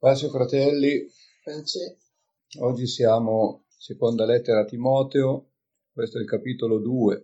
Pace fratelli, Pace. oggi siamo seconda lettera a Timoteo, questo è il capitolo 2.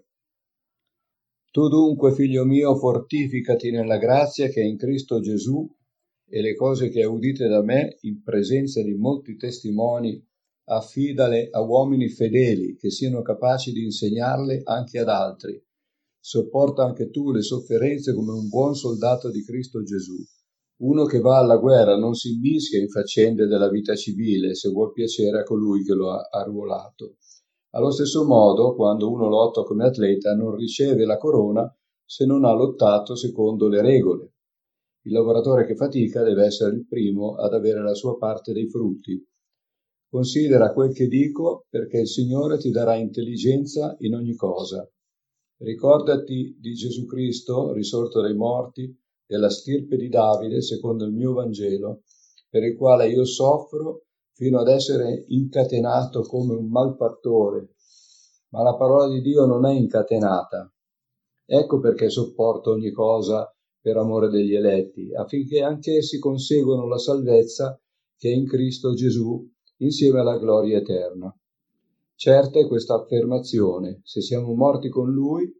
Tu dunque, figlio mio, fortificati nella grazia che è in Cristo Gesù, e le cose che hai udite da me in presenza di molti testimoni affidale a uomini fedeli che siano capaci di insegnarle anche ad altri. Sopporta anche tu le sofferenze come un buon soldato di Cristo Gesù. Uno che va alla guerra non si immischia in faccende della vita civile se vuol piacere a colui che lo ha arruolato. Allo stesso modo, quando uno lotta come atleta, non riceve la corona se non ha lottato secondo le regole. Il lavoratore che fatica deve essere il primo ad avere la sua parte dei frutti. Considera quel che dico, perché il Signore ti darà intelligenza in ogni cosa. Ricordati di Gesù Cristo, risorto dai morti, della stirpe di Davide, secondo il mio Vangelo, per il quale io soffro fino ad essere incatenato come un malfattore. Ma la parola di Dio non è incatenata. Ecco perché sopporto ogni cosa per amore degli eletti, affinché anch'essi conseguano la salvezza che è in Cristo Gesù, insieme alla gloria eterna. Certa è questa affermazione: se siamo morti con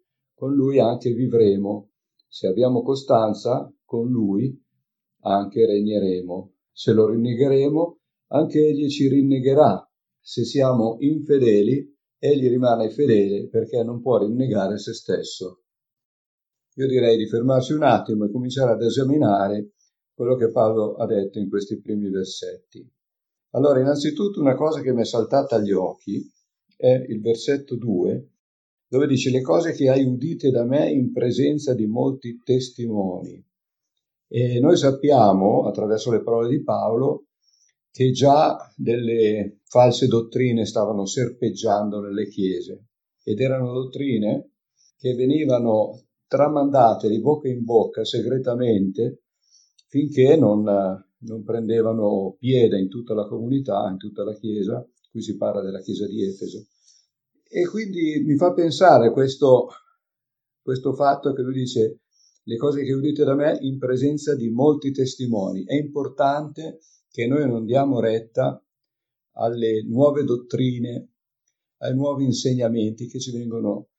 lui anche vivremo. Se abbiamo costanza, con lui anche regneremo. Se lo rinnegheremo, anche egli ci rinnegherà. Se siamo infedeli, egli rimane fedele perché non può rinnegare se stesso. Io direi di fermarci un attimo e cominciare ad esaminare quello che Paolo ha detto in questi primi versetti. Allora, innanzitutto una cosa che mi è saltata agli occhi è il versetto 2, dove dice: le cose che hai udite da me in presenza di molti testimoni. E noi sappiamo, attraverso le parole di Paolo, che già delle false dottrine stavano serpeggiando nelle chiese, ed erano dottrine che venivano tramandate di bocca in bocca segretamente finché non prendevano piede in tutta la comunità, in tutta la chiesa. Qui si parla della chiesa di Efeso. E quindi mi fa pensare questo fatto che lui dice: le cose che udite da me in presenza di molti testimoni. È importante che noi non diamo retta alle nuove dottrine, ai nuovi insegnamenti che ci vengono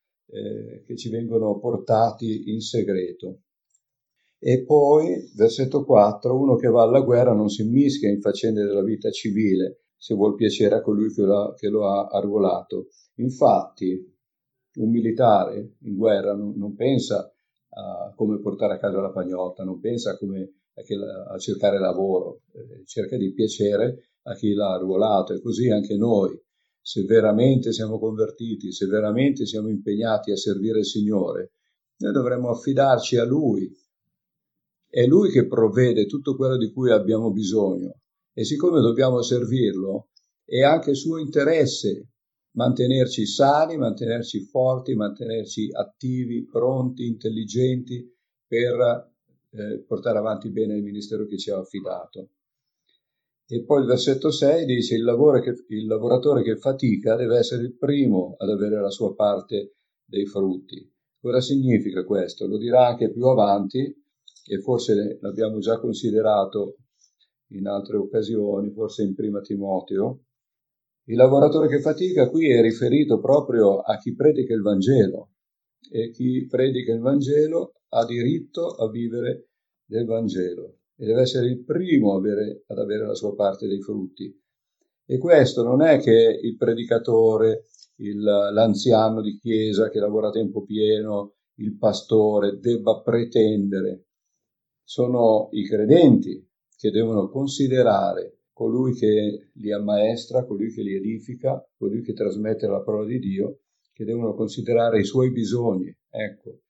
portati in segreto. E poi, versetto 4, uno che va alla guerra non si immischia in faccende della vita civile se vuol piacere a colui che lo ha arruolato. Infatti, un militare in guerra non pensa a come portare a casa la pagnotta, non pensa a cercare lavoro, cerca di piacere a chi l'ha arruolato. E così anche noi, se veramente siamo convertiti, se veramente siamo impegnati a servire il Signore, noi dovremmo affidarci a Lui. È Lui che provvede tutto quello di cui abbiamo bisogno, e siccome dobbiamo servirlo, è anche suo interesse mantenerci sani, mantenerci forti, mantenerci attivi, pronti, intelligenti per portare avanti bene il ministero che ci ha affidato. E poi il versetto 6 dice: il lavoratore che fatica deve essere il primo ad avere la sua parte dei frutti. Cosa significa questo? Lo dirà anche più avanti, e forse l'abbiamo già considerato in altre occasioni, forse in Prima Timoteo. Il lavoratore che fatica qui è riferito proprio a chi predica il Vangelo, e chi predica il Vangelo ha diritto a vivere del Vangelo e deve essere il primo ad avere la sua parte dei frutti. E questo non è che il predicatore, l'anziano di chiesa che lavora a tempo pieno, il pastore debba pretendere. Sono i credenti che devono considerare colui che li ammaestra, colui che li edifica, colui che trasmette la parola di Dio, che devono considerare i suoi bisogni. Ecco,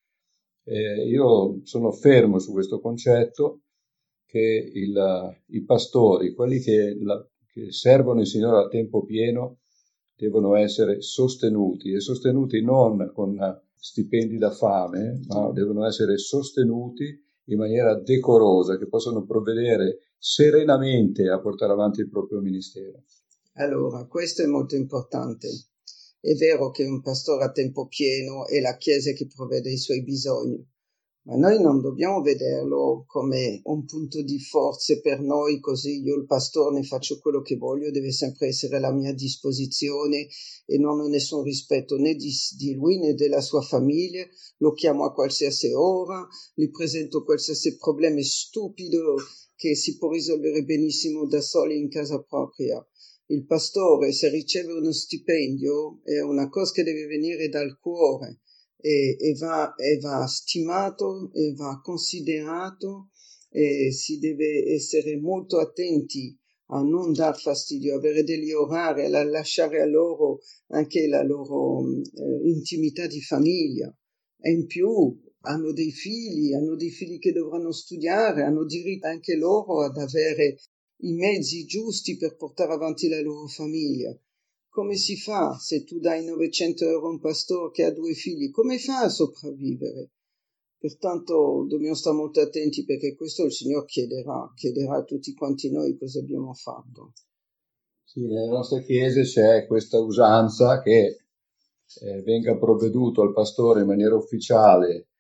io sono fermo su questo concetto che i pastori, quelli che servono il Signore a tempo pieno, devono essere sostenuti, e sostenuti non con stipendi da fame, ma devono essere sostenuti in maniera decorosa, che possano provvedere serenamente a portare avanti il proprio ministero. Allora, questo è molto importante. È vero che un pastore a tempo pieno è la Chiesa che provvede i suoi bisogni, Ma noi non dobbiamo vederlo come un punto di forza per noi, così io il pastore ne faccio quello che voglio, deve sempre essere alla mia disposizione e non ho nessun rispetto né di lui né della sua famiglia, lo chiamo a qualsiasi ora, gli presento qualsiasi problema stupido che si può risolvere benissimo da soli in casa propria. Il pastore, se riceve uno stipendio, è una cosa che deve venire dal cuore. E va stimato e va considerato e si deve essere molto attenti a non dar fastidio, avere degli orari, a lasciare a loro anche la loro intimità di famiglia. E in più hanno dei figli che dovranno studiare, hanno diritto anche loro ad avere i mezzi giusti per portare avanti la loro famiglia. Come si fa se tu dai 900 euro a un pastore che ha 2 figli? Come fa a sopravvivere? Pertanto dobbiamo stare molto attenti perché questo il Signore chiederà a tutti quanti noi cosa abbiamo fatto. Sì, nelle nostre chiese c'è questa usanza che venga provveduto al pastore in maniera ufficiale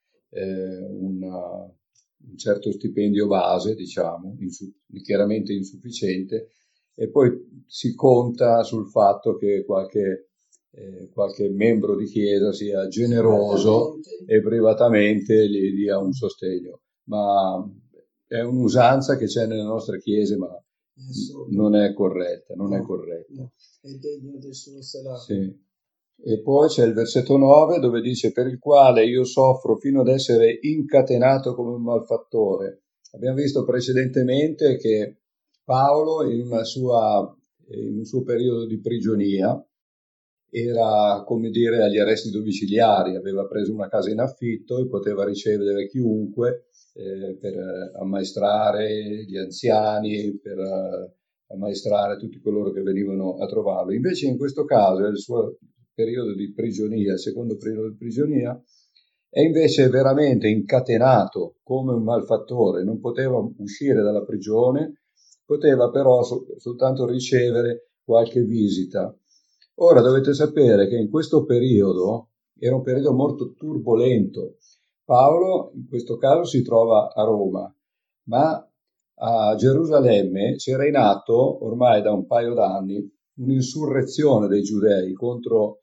un certo stipendio base, diciamo, chiaramente insufficiente, e poi si conta sul fatto che qualche membro di chiesa sia generoso e privatamente gli dia un sostegno. Ma è un'usanza che c'è nelle nostre chiese, ma non è corretta, non è corretta. No, è degno del suo salario. Sì. E poi c'è il versetto 9 dove dice: per il quale io soffro fino ad essere incatenato come un malfattore. Abbiamo visto precedentemente che Paolo in un suo periodo di prigionia era, come dire, agli arresti domiciliari, aveva preso una casa in affitto e poteva ricevere chiunque per ammaestrare gli anziani, per ammaestrare tutti coloro che venivano a trovarlo. Invece in questo caso, il suo periodo di prigionia, il secondo periodo di prigionia, è invece veramente incatenato come un malfattore, non poteva uscire dalla prigione, poteva però soltanto ricevere qualche visita. Ora dovete sapere che in questo periodo era un periodo molto turbolento. Paolo in questo caso si trova a Roma, ma a Gerusalemme c'era in atto ormai da un paio d'anni un'insurrezione dei giudei contro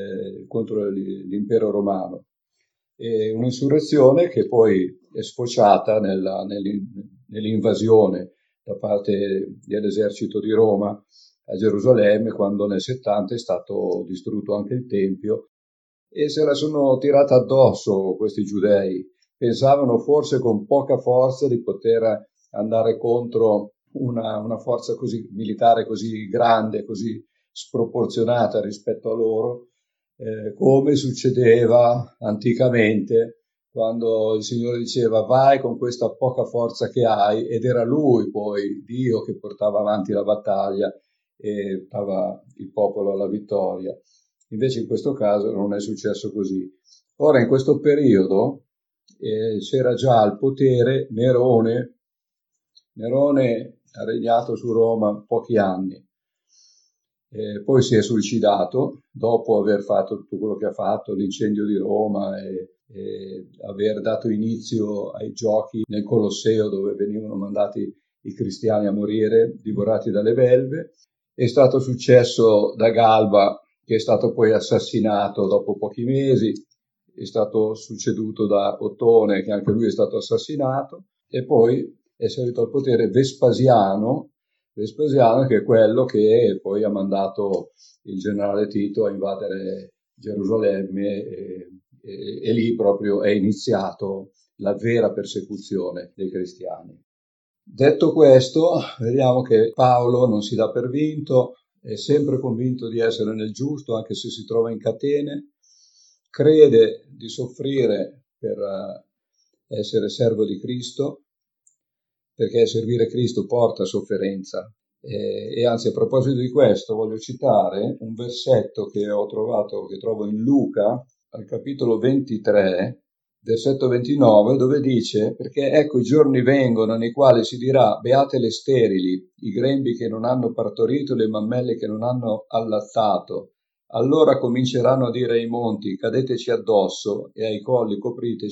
l'impero romano. E un'insurrezione che poi è sfociata nell'invasione da parte dell'esercito di Roma a Gerusalemme, quando nel 70 è stato distrutto anche il Tempio, e se la sono tirata addosso questi giudei. Pensavano forse con poca forza di poter andare contro una forza così militare, così grande, così sproporzionata rispetto a loro, come succedeva anticamente, quando il Signore diceva vai con questa poca forza che hai, ed era Lui poi, Dio, che portava avanti la battaglia e portava il popolo alla vittoria. Invece in questo caso non è successo così. Ora in questo periodo c'era già al potere Nerone. Nerone ha regnato su Roma pochi anni. Poi si è suicidato dopo aver fatto tutto quello che ha fatto, l'incendio di Roma e aver dato inizio ai giochi nel Colosseo dove venivano mandati i cristiani a morire, divorati dalle belve. È stato successo da Galba, che è stato poi assassinato dopo pochi mesi, è stato succeduto da Ottone, che anche lui è stato assassinato, e poi è salito al potere Vespasiano, che è quello che poi ha mandato il generale Tito a invadere Gerusalemme e lì proprio è iniziato la vera persecuzione dei cristiani. Detto questo, vediamo che Paolo non si dà per vinto, è sempre convinto di essere nel giusto, anche se si trova in catene, crede di soffrire per essere servo di Cristo, perché servire Cristo porta sofferenza. E anzi, a proposito di questo, voglio citare un versetto che trovo in Luca, al capitolo 23, versetto 29, dove dice: perché ecco i giorni vengono nei quali si dirà beate le sterili, i grembi che non hanno partorito, le mammelle che non hanno allattato. Allora cominceranno a dire ai monti cadeteci addosso e ai colli copriteci,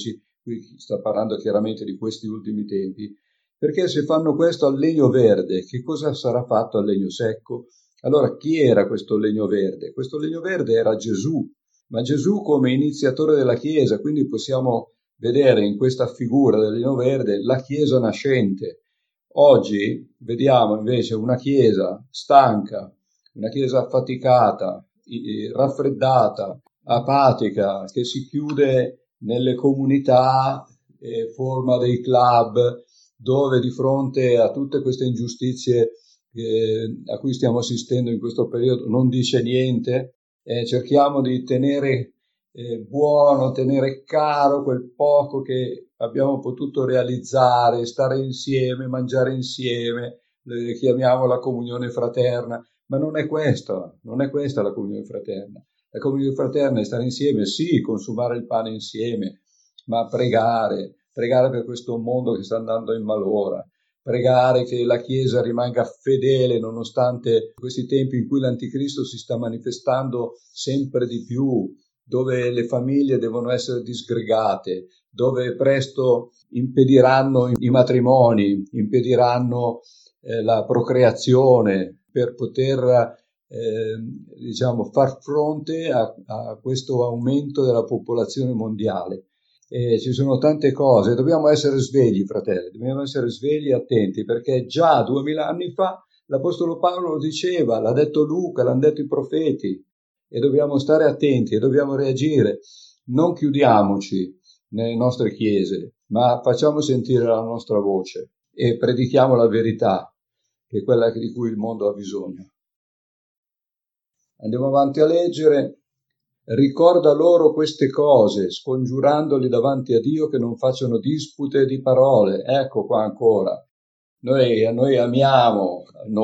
qui sta parlando chiaramente di questi ultimi tempi, perché se fanno questo al legno verde, che cosa sarà fatto al legno secco? Allora, chi era questo legno verde? Questo legno verde era Gesù, ma Gesù come iniziatore della Chiesa, quindi possiamo vedere in questa figura del legno verde la Chiesa nascente. Oggi vediamo invece una Chiesa stanca, una Chiesa affaticata, raffreddata, apatica, che si chiude nelle comunità, forma dei club, dove di fronte a tutte queste ingiustizie a cui stiamo assistendo in questo periodo non dice niente. Cerchiamo di tenere buono, tenere caro quel poco che abbiamo potuto realizzare, stare insieme, mangiare insieme, chiamiamo la comunione fraterna, ma non è questa la comunione fraterna. La comunione fraterna è stare insieme, sì, consumare il pane insieme, ma pregare per questo mondo che sta andando in malora, pregare che la Chiesa rimanga fedele nonostante questi tempi in cui l'Anticristo si sta manifestando sempre di più, dove le famiglie devono essere disgregate, dove presto impediranno i matrimoni, impediranno la procreazione per poter far fronte a questo aumento della popolazione mondiale. Ci sono tante cose, dobbiamo essere svegli, fratelli, dobbiamo essere svegli e attenti, perché già 2000 anni fa l'Apostolo Paolo lo diceva, l'ha detto Luca, l'hanno detto i profeti, e dobbiamo stare attenti e dobbiamo reagire. Non chiudiamoci nelle nostre chiese, ma facciamo sentire la nostra voce e predichiamo la verità, che è quella di cui il mondo ha bisogno. Andiamo avanti a leggere. Ricorda loro queste cose, scongiurandoli davanti a Dio che non facciano dispute di parole. Ecco qua ancora. Noi amiamo,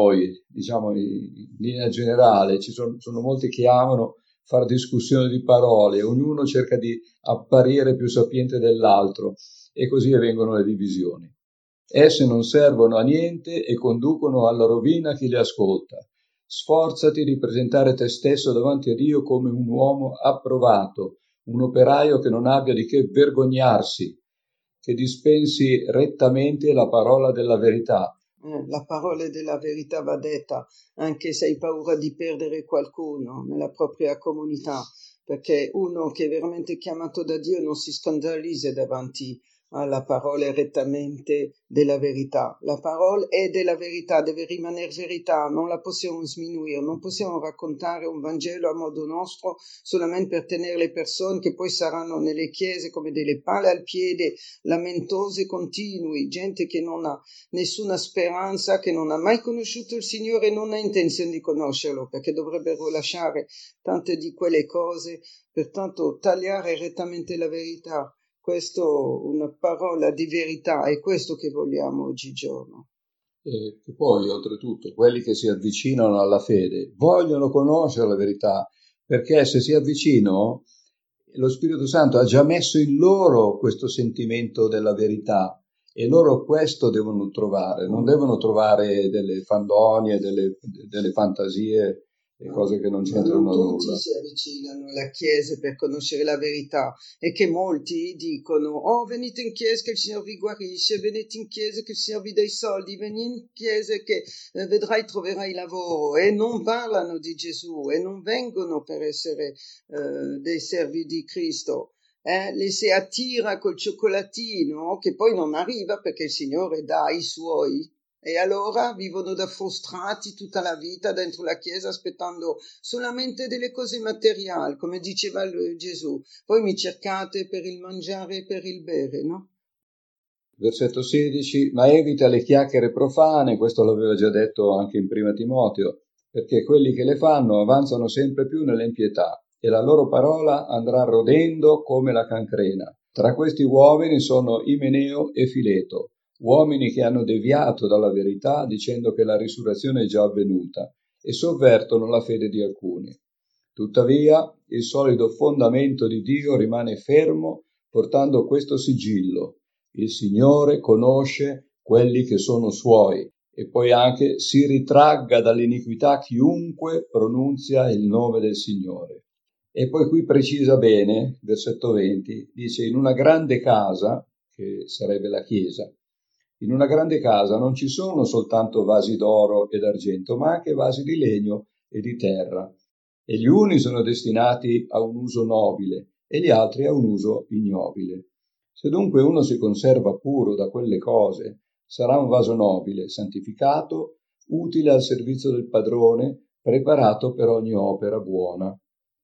diciamo in linea generale, sono molti che amano fare discussione di parole, ognuno cerca di apparire più sapiente dell'altro e così avvengono le divisioni. Esse non servono a niente e conducono alla rovina chi le ascolta. Sforzati di presentare te stesso davanti a Dio come un uomo approvato, un operaio che non abbia di che vergognarsi, che dispensi rettamente la parola della verità. La parola della verità va detta, anche se hai paura di perdere qualcuno nella propria comunità, perché uno che è veramente chiamato da Dio non si scandalizza davanti alla parola rettamente della verità. La parola è della verità, deve rimanere verità, non la possiamo sminuire, non possiamo raccontare un Vangelo a modo nostro solamente per tenere le persone che poi saranno nelle chiese come delle pale al piede, lamentose continui, gente che non ha nessuna speranza, che non ha mai conosciuto il Signore e non ha intenzione di conoscerlo, perché dovrebbero lasciare tante di quelle cose, pertanto tagliare rettamente la verità. Questo, una parola di verità, è questo che vogliamo oggigiorno. E poi, oltretutto, quelli che si avvicinano alla fede vogliono conoscere la verità, perché se si avvicinano, lo Spirito Santo ha già messo in loro questo sentimento della verità e loro questo devono trovare, non devono trovare delle fandonie, delle fantasie e cose che non c'entrano Non nulla. tutti si avvicinano alla Chiesa per conoscere la verità, e che molti dicono: oh, venite in Chiesa che il Signore vi guarisce, venite in Chiesa che il Signore vi dà i soldi, vieni in Chiesa che vedrai, troverai lavoro, e non parlano di Gesù e non vengono per essere dei servi di Cristo. Le si attira col cioccolatino che poi non arriva perché il Signore dà i suoi. E allora vivono da frustrati tutta la vita dentro la Chiesa aspettando solamente delle cose materiali, come diceva Gesù. Poi mi cercate per il mangiare e per il bere, no? Versetto 16, ma evita le chiacchiere profane, questo l'aveva già detto anche in Prima Timoteo, perché quelli che le fanno avanzano sempre più nell'impietà e la loro parola andrà rodendo come la cancrena. Tra questi uomini sono Imeneo e Fileto, uomini che hanno deviato dalla verità dicendo che la risurrezione è già avvenuta e sovvertono la fede di alcuni. Tuttavia, il solido fondamento di Dio rimane fermo portando questo sigillo: il Signore conosce quelli che sono suoi, e poi anche si ritragga dall'iniquità chiunque pronunzia il nome del Signore. E poi qui precisa bene, versetto 20, dice: in una grande casa, che sarebbe la Chiesa, in una grande casa non ci sono soltanto vasi d'oro e d'argento, ma anche vasi di legno e di terra, e gli uni sono destinati a un uso nobile e gli altri a un uso ignobile. Se dunque uno si conserva puro da quelle cose, sarà un vaso nobile, santificato, utile al servizio del padrone, preparato per ogni opera buona.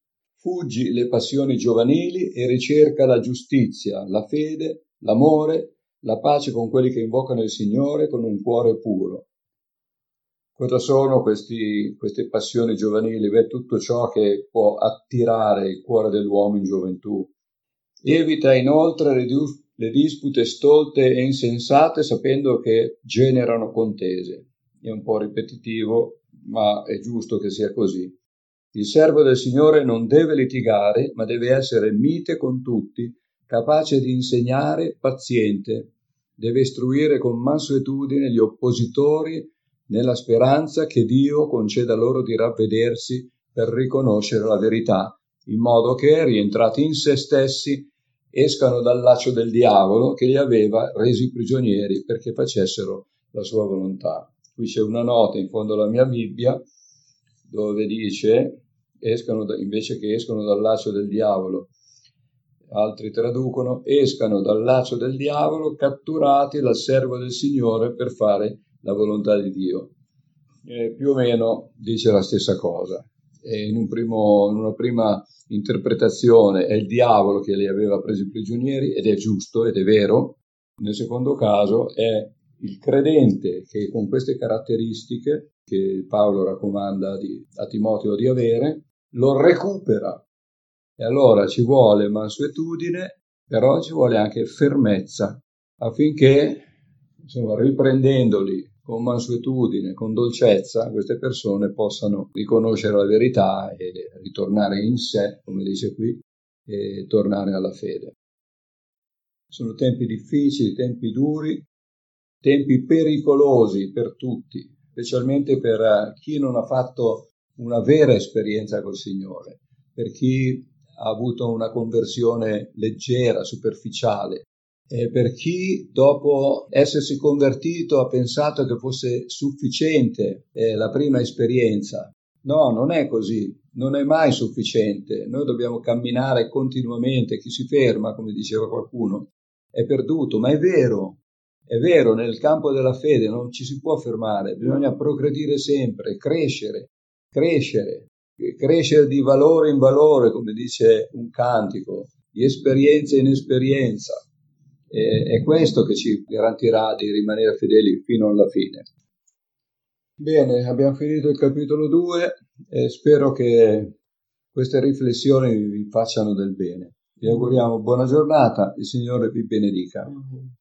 Fuggi le passioni giovanili e ricerca la giustizia, la fede, l'amore, la pace con quelli che invocano il Signore con un cuore puro. Cosa sono queste passioni giovanili? Beh, tutto ciò che può attirare il cuore dell'uomo in gioventù. Evita inoltre le dispute stolte e insensate, sapendo che generano contese. È un po' ripetitivo, ma è giusto che sia così. Il servo del Signore non deve litigare, ma deve essere mite con tutti, capace di insegnare, paziente. Deve istruire con mansuetudine gli oppositori nella speranza che Dio conceda loro di ravvedersi per riconoscere la verità, in modo che, rientrati in se stessi, escano dal laccio del diavolo che li aveva resi prigionieri perché facessero la sua volontà. Qui c'è una nota in fondo alla mia Bibbia dove dice, invece che escono dal laccio del diavolo, altri traducono, escano dal laccio del diavolo catturati dal servo del Signore per fare la volontà di Dio. Più o meno dice la stessa cosa. In una prima interpretazione è il diavolo che li aveva presi prigionieri, ed è giusto ed è vero. Nel secondo caso è il credente che con queste caratteristiche che Paolo raccomanda a Timoteo di avere, lo recupera. E allora ci vuole mansuetudine, però ci vuole anche fermezza, affinché, insomma, riprendendoli con mansuetudine, con dolcezza, queste persone possano riconoscere la verità e ritornare in sé, come dice qui, e tornare alla fede. Sono tempi difficili, tempi duri, tempi pericolosi per tutti, specialmente per chi non ha fatto una vera esperienza col Signore, per chi ha avuto una conversione leggera, superficiale, e per chi dopo essersi convertito ha pensato che fosse sufficiente la prima esperienza. No, non è così, non è mai sufficiente. Noi dobbiamo camminare continuamente. Chi si ferma, come diceva qualcuno, è perduto, ma è vero, nel campo della fede non ci si può fermare, bisogna progredire sempre, crescere di valore in valore, come dice un cantico, di esperienza in esperienza. È questo che ci garantirà di rimanere fedeli fino alla fine. Bene, abbiamo finito il capitolo 2 e spero che queste riflessioni vi facciano del bene. Vi auguriamo buona giornata, il Signore vi benedica.